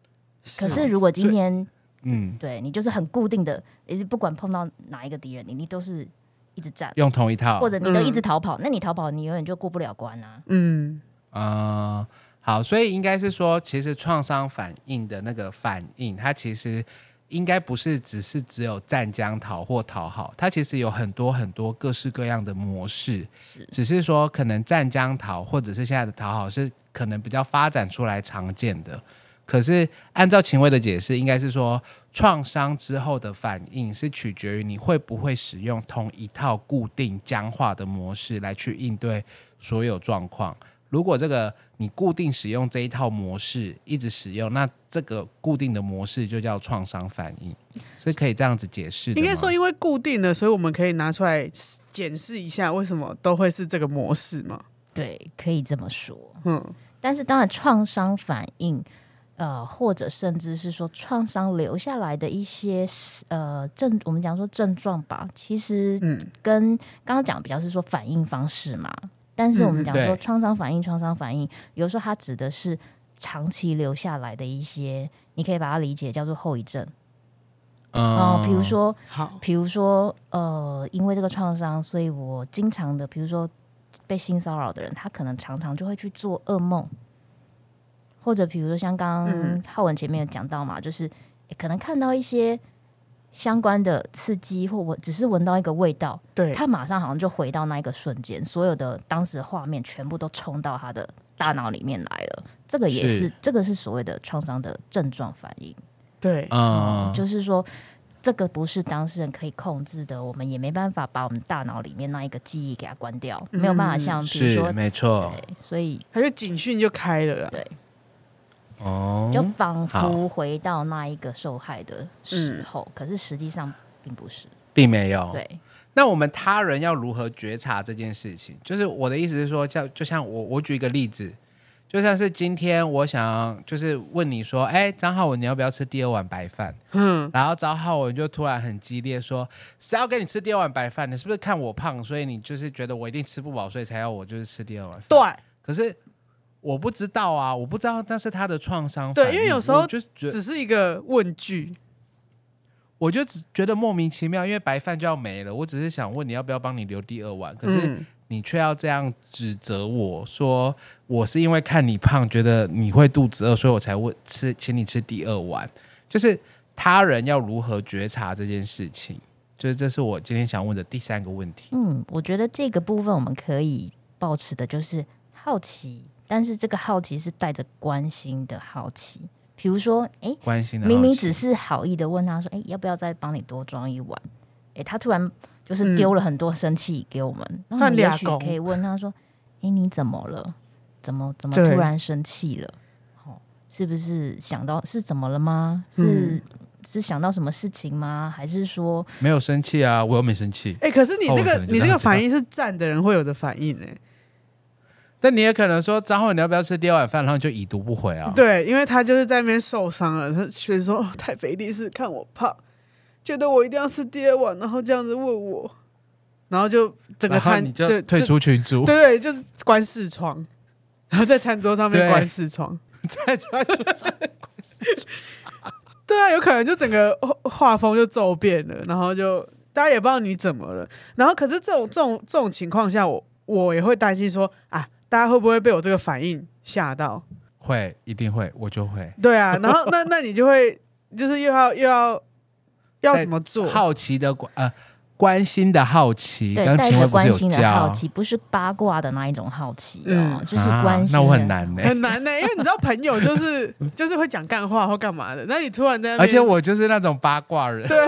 可是如果今天， 嗯， 对你就是很固定的，不管碰到哪一个敌人，你你都是一直战， 用同一套， 或者你都一直逃跑，嗯、那你逃跑你永远就过不了关啊。 嗯啊、呃，好，所以应该是说，其实创伤反应的那个反应，它其实应该不是只是只有战将逃或讨好，它其实有很多很多各式各样的模式，是只是说可能战将逃或者是现在的讨好是可能比较发展出来常见的。可是按照秦薇的解释，应该是说创伤之后的反应是取决于你会不会使用同一套固定僵化的模式来去应对所有状况。如果这个你固定使用这一套模式一直使用，那这个固定的模式就叫创伤反应，是可以这样子解释的吗？ 应该说因为固定的，所以我们可以拿出来检视一下为什么都会是这个模式嘛。 对，可以这么说。 嗯， 但是当然创伤反应呃，或者甚至是说创伤留下来的一些呃症，我们讲说症状吧，其实跟刚刚讲比较是说反应方式嘛。但是我们讲说创伤反应，创伤反应有时候它指的是长期留下来的一些，你可以把它理解叫做后遗症。哦、呃，比如说，好，比如说，呃，因为这个创伤，所以我经常的，比如说被性骚扰的人，他可能常常就会去做噩梦。或者比如说像刚刚浩文前面有讲到嘛、嗯、就是可能看到一些相关的刺激，或我只是闻到一个味道，对，他马上好像就回到那一个瞬间，所有的当时的画面全部都冲到他的大脑里面来了。这个也 是, 是这个是所谓的创伤的症状反应。对、嗯、就是说这个不是当事人可以控制的，我们也没办法把我们大脑里面那一个记忆给它关掉、嗯、没有办法像比如说， 是没错， 所以它就警讯就开了啦。 对，哦，就仿佛回到那一个受害的时候、嗯、可是实际上并不是， 并没有。 对， 那我们他人要如何觉察这件事情？就是我的意思是说，就就像我我举一个例子，就像是今天我想就是问你说，哎，张浩文你要不要吃第二碗白饭？嗯，然后张浩文就突然很激烈说，谁要跟你吃第二碗白饭？你是不是看我胖，所以你就是觉得我一定吃不饱，所以才要我就是吃第二碗饭？ 对， 可是我不知道啊，我不知道那是他的创伤反应。 对，因为有时候就只是一个问句， 我就只觉得莫名其妙，因为白饭就要没了，我只是想问你要不要帮你留第二碗，可是你却要这样指责我说我是因为看你胖觉得你会肚子饿，所以我才问吃请你吃第二碗。就是他人要如何觉察这件事情，就是这是我今天想问的第三个问题。 嗯，我觉得这个部分我们可以抱持的就是好奇，但是这个好奇是带着关心的好奇。比如说，哎，关心的好奇，明明只是好意的问他说，哎，要不要再帮你多装一碗？哎，他突然就是丢了很多生气给我们，嗯、然后你也许可以问他说，哎，你怎么了？怎么怎么突然生气了？哦，是不是想到是怎么了吗？是、嗯、是想到什么事情吗？还是说没有生气啊？我又没生气。 哎，可是你这个、哦、你这个反应是站的人会有的反应哎。 但你也可能说张浩你要不要吃第二碗饭，然后就已读不回啊。 对，因为他就是在那边受伤了，他觉得说、哦、太肥力是看我胖，觉得我一定要吃第二碗，然后这样子问我，然后就整个餐你就退出群组。 对对，就是关视窗，然后在餐桌上面关视窗， 在餐桌上面关视窗。 对啊，有可能就整个画风就骤变了，然后就大家也不知道你怎么了。然后可是这种这种这种情况下，我我也会担心说啊。大家会不会被我这个反应吓到？ 会，一定会，我就会。 对啊，然后那那你就会就是又要又要要怎么做？ 好奇的呃关心的好奇， 对，带着关心的好奇，不是八卦的那一种好奇哦，嗯、就是关心、 啊。那我很难呢、欸， 很难呢、欸，因为你知道朋友就是就是会讲干话或干嘛的，那你突然在那边， 而且我就是那种八卦人， 对，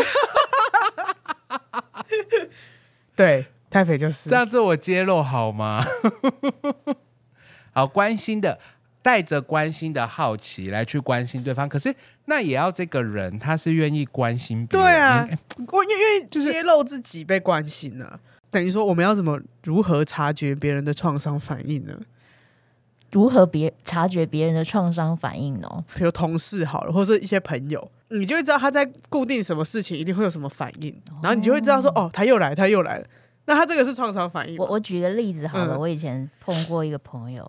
对。太肥就是这样自我揭露好吗？好，关心的带着关心的好奇来去关心对方，可是那也要这个人他是愿意关心别人。 对啊，我愿意揭露自己被关心啊，等于说我们要怎么如何察觉别人的创伤反应呢？ 如何别察觉别人的创伤反应呢？ 比如同事好了，或者是一些朋友，你就会知道他在固定什么事情一定会有什么反应，哦、然后你就会知道说哦，他又来，他又来了。那他这个是创伤反应。 我我举个例子好了、嗯，我以前碰过一个朋友，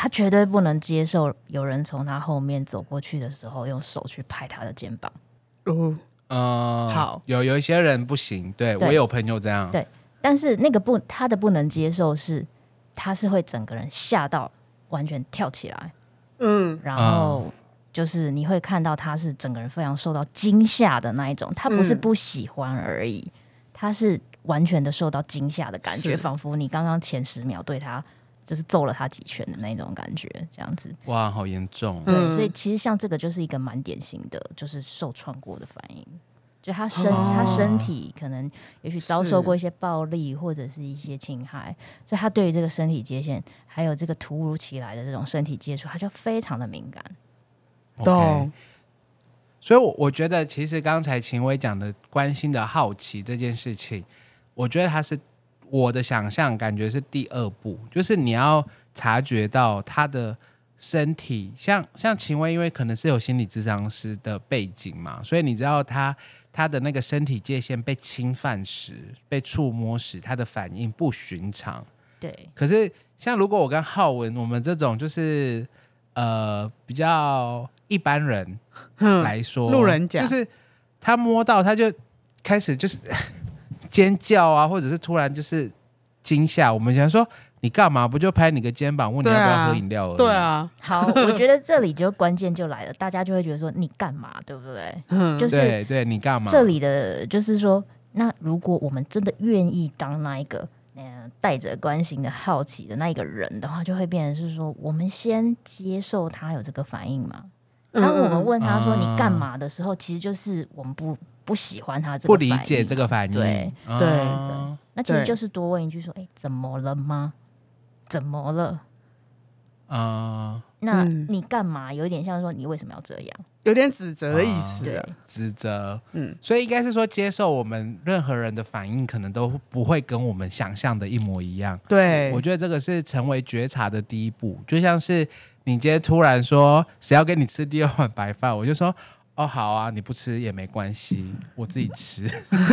他绝对不能接受有人从他后面走过去的时候用手去拍他的肩膀。 哦， 嗯， 好， 有有一些人不行，对， 对我有朋友这样， 对，但是那个不，他的不能接受是，他是会整个人吓到，完全跳起来， 嗯， 然后就是你会看到他是整个人非常受到惊吓的那一种，他不是不喜欢而已，嗯、他是完全的受到惊吓的感觉，仿佛你刚刚前十秒对他就是揍了他几拳的那种感觉，这样子。 哇，好严重。 对，所以其实像这个就是一个蛮典型的，就是受创过的反应。就他身、哦、他身体可能也许遭受过一些暴力或者是一些侵害，所以他对于这个身体界限还有这个突如其来的这种身体接触，他就非常的敏感。 懂、 okay. 所以我，我觉得其实刚才秦薇讲的关心的好奇这件事情，我觉得他是我的想象感觉是第二步，就是你要察觉到他的身体，像像秦薇因为可能是有心理咨商师的背景嘛，所以你知道他他的那个身体界限被侵犯时，被触摸时，他的反应不寻常。 对， 可是像如果我跟浩文我们这种就是呃比较一般人来说， 路人甲， 就是他摸到他就开始就是尖叫啊，或者是突然就是惊吓，我们想说你干嘛？不就拍你个肩膀，问你要不要喝饮料而已。 对啊， 好，我觉得这里就关键就来了，大家就会觉得说你干嘛，对不对？嗯，就是对对，你干嘛？ 这里的就是说，那如果我们真的愿意当那一个呃带着关心的好奇的那一个人的话，就会变成是说，我们先接受他有这个反应嘛。当我们问他说你干嘛的时候，嗯、其实就是我们不不喜欢他这个反应， 不理解这个反应。 对、 啊、 对对，那其实就是多问一句说，哎，怎么了吗？怎么了？啊、呃，那你干嘛？有点像说你为什么要这样？ 有点指责的意思的、 啊、指责。嗯，所以应该是说接受我们任何人的反应，可能都不会跟我们想象的一模一样。 对， 我觉得这个是成为觉察的第一步。就像是你今天突然说谁要跟你吃第二碗白饭，我就说哦好啊，你不吃也没关系，我自己吃。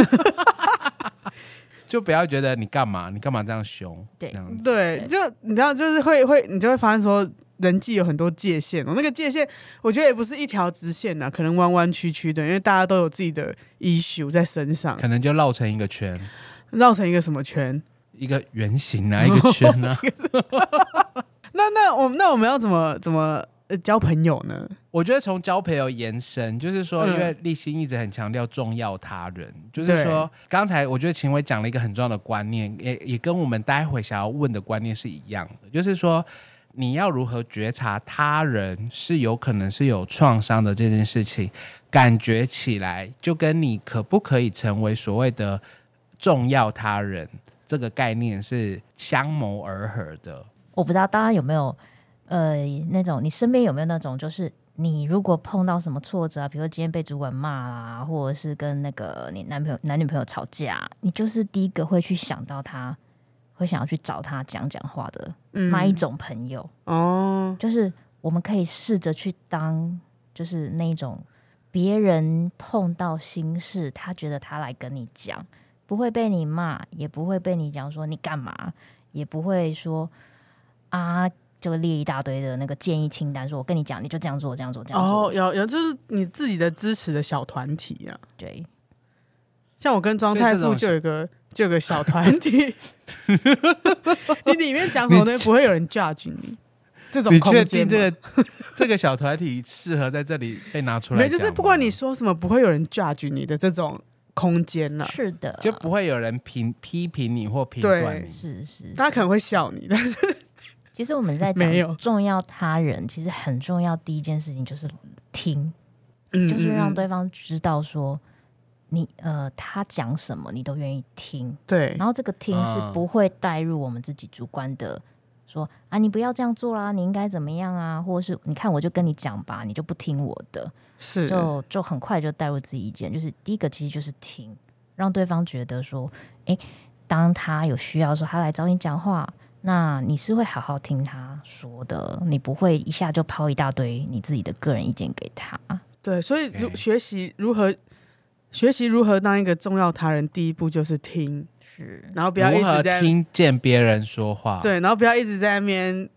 就不要觉得你干嘛，你干嘛这样凶？ 对对，就你知道，就是会会，你就会发现说，人际有很多界限哦。那个界限，我觉得也不是一条直线呐、啊，可能弯弯曲曲的，因为大家都有自己的 issue 在身上， 可能就绕成一个圈， 绕成一个什么圈？ 一个圆形啊，一个圈啊。 那那我那我们要怎么怎么？呃，交朋友呢？ 我觉得从交朋友延伸，就是说，因为立新一直很强调重要他人，嗯、就是说，刚才我觉得秦薇讲了一个很重要的观念，也也跟我们待会想要问的观念是一样的，就是说，你要如何觉察他人是有可能是有创伤的这件事情，感觉起来就跟你可不可以成为所谓的重要他人这个概念是相谋而合的。 我不知道大家有没有。呃，那种你身边有没有那种，就是你如果碰到什么挫折啊，比如说今天被主管骂啦，或者是跟那个你男朋友、男女朋友吵架，你就是第一个会去想到他，会想要去找他讲讲话的那一种朋友哦、嗯。就是我们可以试着去当，就是那种别人碰到心事，他觉得他来跟你讲，不会被你骂，也不会被你讲说你干嘛，也不会说啊。就列一大堆的那个建议清单，说我跟你讲，你就这样做，这样做，这样做。 哦，有有，就是你自己的支持的小团体啊。 对， 像我跟庄太傅就有一个就有个小团体，你里面讲什么东西不会有人 judge 你。这种空间，你确定这个这个小团体适合在这里被拿出来讲？ 没，就是不管你说什么，不会有人 judge 你的这种空间了。 是的， 就不会有人评批评你或评断你。 是是， 大家可能会笑你，但是。 其实我们在讲重要他人，其实很重要。第一件事情就是听，嗯、就是让对方知道说你呃他讲什么你都愿意听。 对， 然后这个听是不会带入我们自己主观的说啊你不要这样做啦，你应该怎么样啊，或者是你看我就跟你讲吧，你就不听我的， 是就就很快就带入自己意见。就是第一个其实就是听，让对方觉得说，哎，当他有需要的时候，他来找你讲话。那你是会好好听他说的，你不会一下就抛一大堆你自己的个人意见给他。 对，所以如学习如何学习如何当一个重要他人，第一步就是听， 是， 然后不要一直在如何听见别人说话， 对，然后不要一直在那边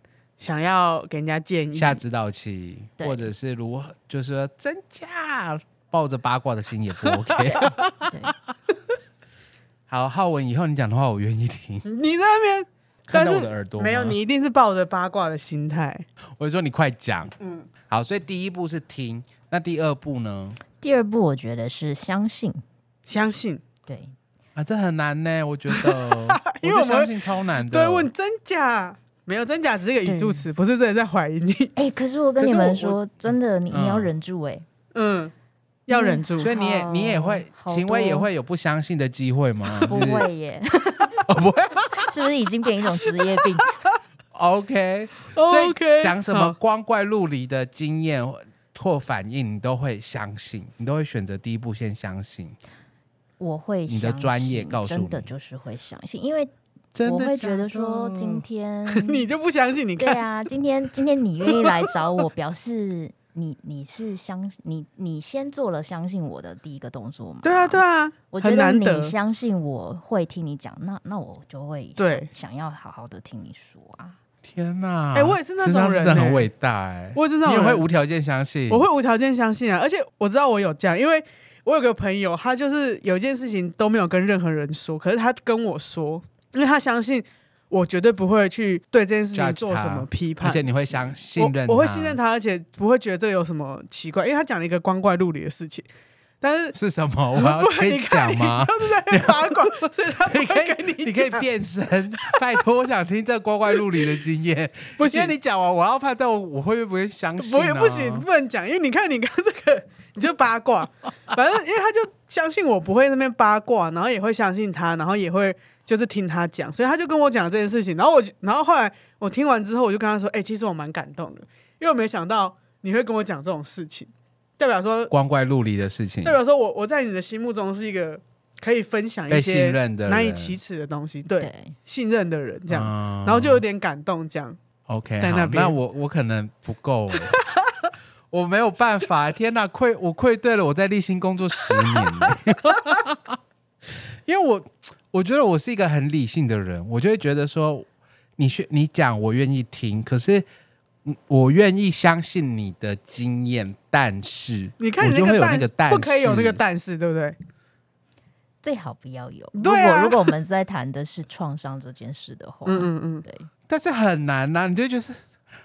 想要给人家建议下指导棋，或者是如何就是说真假，抱着八卦的心也不 OK。 对， 好，浩文，以后你讲的话我愿意听。 你在那边看到我的耳朵吗？ 没有，你一定是抱着八卦的心态。 我就说你快讲。 嗯， 好，所以第一步是听，那第二步呢？ 第二步我觉得是相信， 相信。 对啊，这很难呢，我觉得， 因为我们我相信超难的。 对，问真假，没有真假只是个语助词，不是真的在怀疑你。 哎、欸，可是我跟你们说， 我真的，你你要忍住哎、欸， 嗯，要忍住。 所以你也你也会，秦薇也会有不相信的机会吗？ 不会耶， 哦，不会， 是不是已经变一种职业病 ？OK OK， 讲什么光怪陆离的经验或反应，你都会相信，你都会选择第一步先相信。 我会你的专业告诉你， 真的就是会相信，因为我会觉得说今天你就不相信，你看， 对啊，今天今天你愿意来找我，表示你你是相你你先做了相信我的第一个动作嘛？ 对啊对啊， 我觉得你相信我会听你讲，那那我就会对想要好好的听你说啊。 天哪！ 哎、欸，我也是那种人、欸， 很伟大哎、欸， 我也是那种人， 你也会无条件相信， 我会无条件相信啊！而且我知道我有这样，因为我有个朋友，他就是有一件事情都没有跟任何人说，可是他跟我说，因为他相信我绝对不会去对这件事情做什么批判， 而且你会相信任我，我会信任他，而且不会觉得这有什么奇怪，因为他讲了一个光怪陆离的事情。但是是什么？我要可以讲吗？ 就是在八卦，所以他不会跟你讲。 你可以变身，拜托，我想听这光怪陆离的经验。不行，因为你讲完，我要判断我我会不会相信、啊。 不不行，不能讲，因为你看你刚这个，你就八卦。反正因为他就相信我不会那边八卦，然后也会相信他，然后也会就是听他讲，所以他就跟我讲这件事情。然后我，然后后来我听完之后，我就跟他说：“哎、欸，其实我蛮感动的，因为我没想到你会跟我讲这种事情。”代表说光怪陆离的事情， 代表说我我在你的心目中是一个可以分享一些难以启齿的东西，对，对信任的人这样、嗯，然后就有点感动这样。 OK， 在那边， 那我我可能不够，我没有办法。天哪，愧我愧对了，我在立新工作十年因为我我觉得我是一个很理性的人，我就会觉得说你你讲我愿意听，可是。我愿意相信你的经验，但是你看你那个但不可以有那个但是，对不对？ 最好不要有。 对啊， 如果如果我们在谈的是创伤这件事的话， 嗯嗯嗯， 对。 但是很难啊，你就觉得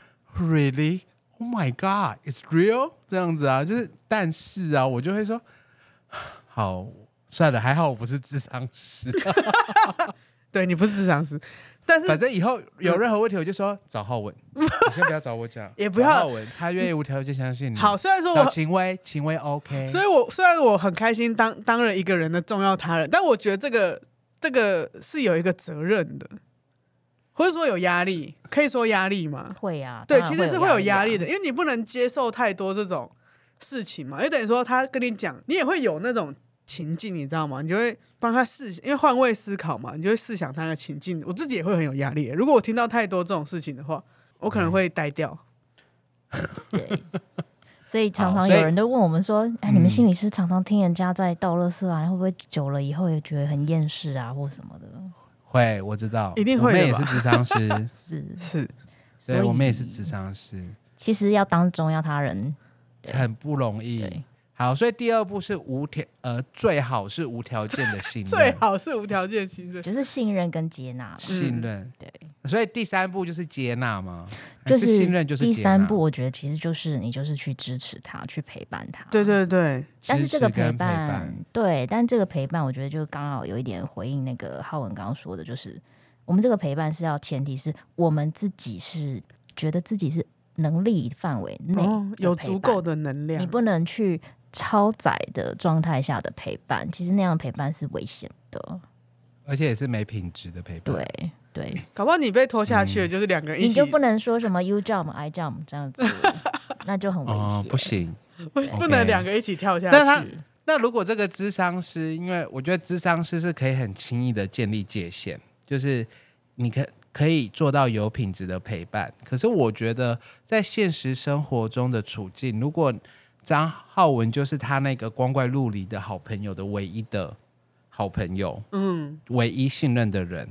really oh my god it's real 这样子啊，就是但是啊，我就会说好算了，还好我不是諮商師对你不是諮商師。但是反正以后有任何问题，我就说找浩文，你先不要找我讲， 也不要浩文，他愿意无条件相信你。 好，虽然说我找秦薇，秦薇 OK， 所以我虽然我很开心当当了一个人的重要他人，但我觉得这个这个是有一个责任的，或者说有压力，可以说压力吗？ 会啊， 对，其实是会有压力的，因为你不能接受太多这种事情嘛，因为等于说他跟你讲，你也会有那种。情境你知道吗？你就会帮他试，因为换位思考嘛，你就会试想他的情境。我自己也会很有压力。如果我听到太多这种事情的话，我可能会呆掉。 对，所以常常有人都问我们说：“哎，你们心理师常常听人家在倒垃圾啊，会不会久了以后也觉得很厌世啊，或什么的？” 会，我知道， 一定会的吧。 我们也是諮商師， 是是， 对，我们也是諮商師。 其實要當重要他人很不容易。好，所以第二步是无条呃，最好是无条件的信任， 最好是无条件信任， 就是信任跟接纳。 信任、嗯， 对。 所以第三步就是接纳吗？ 就是信任，就是第三步，我觉得其实就是你就是去支持他，去陪伴他。 对对对。 但是这个陪伴， 陪伴对，但这个陪伴，我觉得就刚好有一点回应那个浩文刚刚说的，就是我们这个陪伴是要前提是我们自己是觉得自己是能力范围内、哦、 有足够的能量， 你不能去。超载的状态下的陪伴，其实那样的陪伴是危险的， 而且也是没品质的陪伴。 对对， 搞不好你被拖下去了，嗯、就是两个人一起， 你就不能说什么 you jump I jump 这样子，那就很危险、哦。 不行， 不不能两个一起跳下去。 但他那如果这个諮商師，因为我觉得諮商師是可以很輕易的建立界限，就是你可可以做到有品質的陪伴。可是我覺得在現實生活中的處境，如果張浩文就是他那個光怪陸離的好朋友的唯一的好朋友，嗯，唯一信任的人，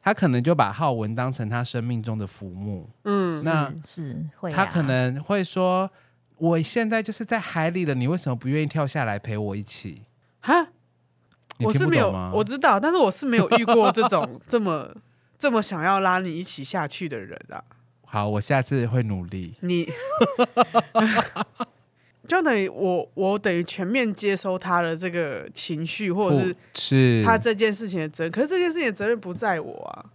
他可能就把浩文当成他生命中的浮木。 嗯， 那是是会、啊， 他可能会说：“我现在就是在海里了，你为什么不愿意跳下来陪我一起？” 哈， 你我是没有听不懂吗？ 我知道，但是我是没有遇过这种这么这么想要拉你一起下去的人啊。 好，我下次会努力。 你就等于我，我等于全面接收他的这个情绪，或者是是他这件事情的责任。可是这件事情的责任不在我啊。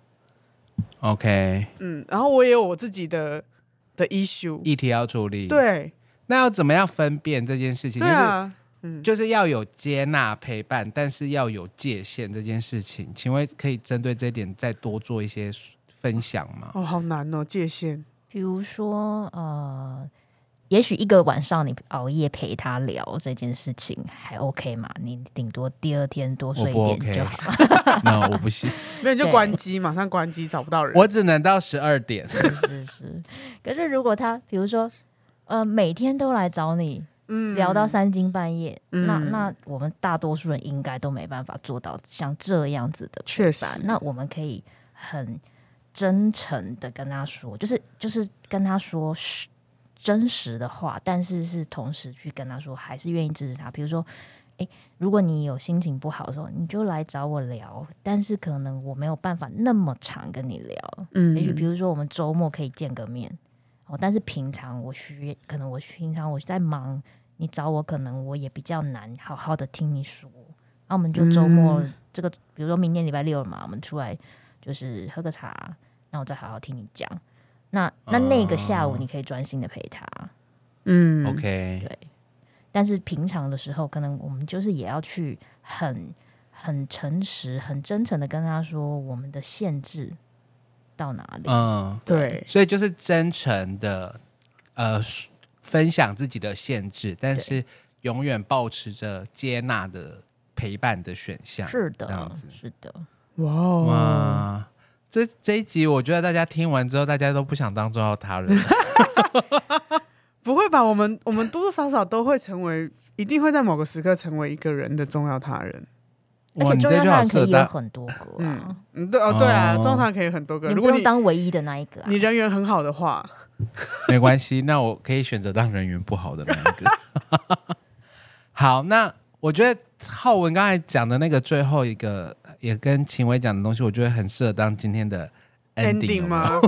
OK， 嗯，然后我也有我自己的的 issue 议题要处理。， 对， 那要怎么样分辨这件事情？ 对啊，嗯， 就是就是要有接纳陪伴，但是要有界限这件事情。请问可以针对这一点再多做一些分享吗？ 哦，好难哦，界限。 比如说呃。也许一个晚上你熬夜陪他聊这件事情还 OK 嘛？你顶多第二天多睡一点就好。 那、no, 我不行， 没有就关机，马上关机，找不到人。 我只能到十二点。 是是是。可是如果他比如说呃每天都来找你，嗯，聊到三更半夜，嗯、那那我们大多数人应该都没办法做到像这样子的陪伴。确实，那我们可以很真诚的跟他说，就是就是跟他说真实的话，但是是同时去跟他说，还是愿意支持他。比如说，诶，如果你有心情不好的时候，你就来找我聊，但是可能我没有办法那么常跟你聊。嗯，也许比如说我们周末可以见个面，哦，但是平常我需可能我平常我在忙，你找我可能我也比较难好好的听你说。那我们就周末、嗯、这个，比如说明天礼拜六了嘛，我们出来就是喝个茶，那我再好好听你讲。那那那个下午你可以专心的陪他， 嗯 ，OK， 对。但是平常的时候，可能我们就是也要去很很诚实、很真诚的跟他说我们的限制到哪里。 嗯， 对。 所以就是真诚的呃分享自己的限制，但是永远保持着接纳的陪伴的选项。 是的， 这样子是的。 哇哦！ 哇这这一集，我觉得大家听完之后，大家都不想当重要他人。 不会吧？我们我们多多少少都会成为，一定会在某个时刻成为一个人的重要他人。 而且重要他人可以有很多个、啊， 嗯，对哦，对啊，重要他人可以有很多个。 你不用当唯一的那一个、啊， 你人缘很好的话， 没关系，那我可以选择当人缘不好的那一个。好，那我觉得浩文刚才讲的那个最后一个。也跟秦薇讲的东西，我觉得很适合当今天的 ending, ending 吗？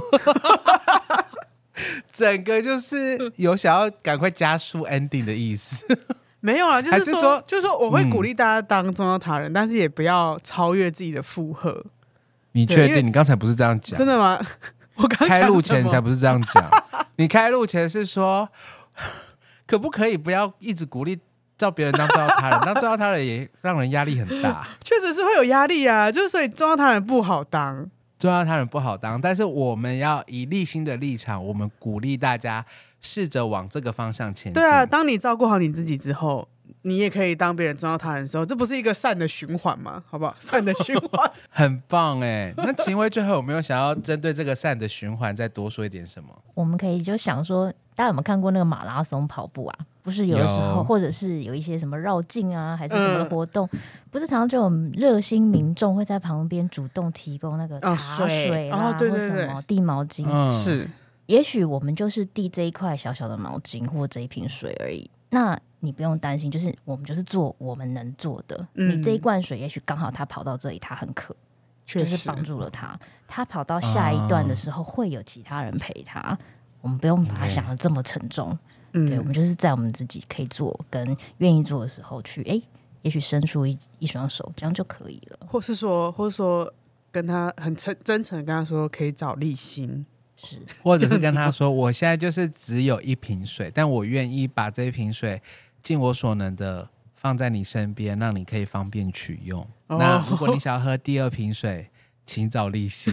整个就是有想要赶快加速 ending 的意思。 没有啦，就是 说, 是说就是说我会鼓励大家当重要他人、嗯，但是也不要超越自己的负荷。 你确定？你刚才不是这样讲？ 真的吗？我刚开录前你才不是这样讲。你开录前是说，可不可以不要一直鼓励？叫别人当重要他人，当重要他人也让人压力很大。 确实是会有压力啊，就是所以重要他人不好当， 重要他人不好当，但是我们要以立心的立场，我们鼓励大家试着往这个方向前进。 对啊，当你照顾好你自己之后，你也可以当别人重要他人的时候，这不是一个善的循环吗？好不好？善的循环很棒哎。那秦薇最后有没有想要针对这个善的循环再多说一点什么？我们可以就想说，大家有没有看过那个马拉松跑步啊？不是有的时候，或者是有一些什么绕境啊，还是什么的活动，嗯、不是常常就有热心民众会在旁边主动提供那个茶水啦， 哦、对对对或什么递毛巾。 嗯、 是， 也许我们就是递这一块小小的毛巾或这一瓶水而已。那你不用担心，就是我们就是做我们能做的。嗯、你这一罐水，也许刚好他跑到这里，他很渴，就是帮助了他。他跑到下一段的时候，会有其他人陪他。我们不用把它想得这么沉重。嗯、对，我们就是在我们自己可以做跟愿意做的时候去，哎，也许伸出一一双手，这样就可以了。 或是说，或是说，跟他很真真诚的跟他说，可以找立心， 是， 或者是跟他说，我现在就是只有一瓶水，但我愿意把这一瓶水尽我所能的放在你身边，让你可以方便取用。哦、那如果你想要喝第二瓶水，请找立心。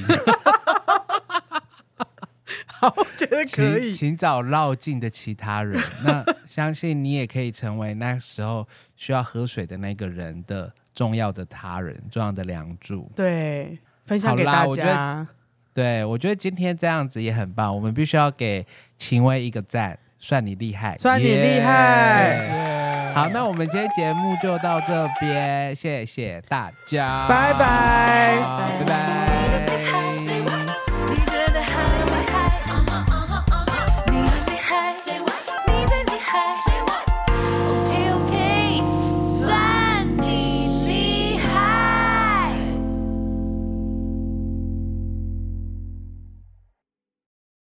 好，我觉得可以， 请, 请找绕境的其他人。那相信你也可以成为那时候需要喝水的那个人的重要的他人，重要的梁柱。 对，分享给大家。 我觉得对，我觉得今天这样子也很棒。我们必须要给秦薇一个赞，算你厉害， 算你厉害。 Yeah! 好，那我们今天节目就到这边，谢谢大家， 拜拜， 拜拜。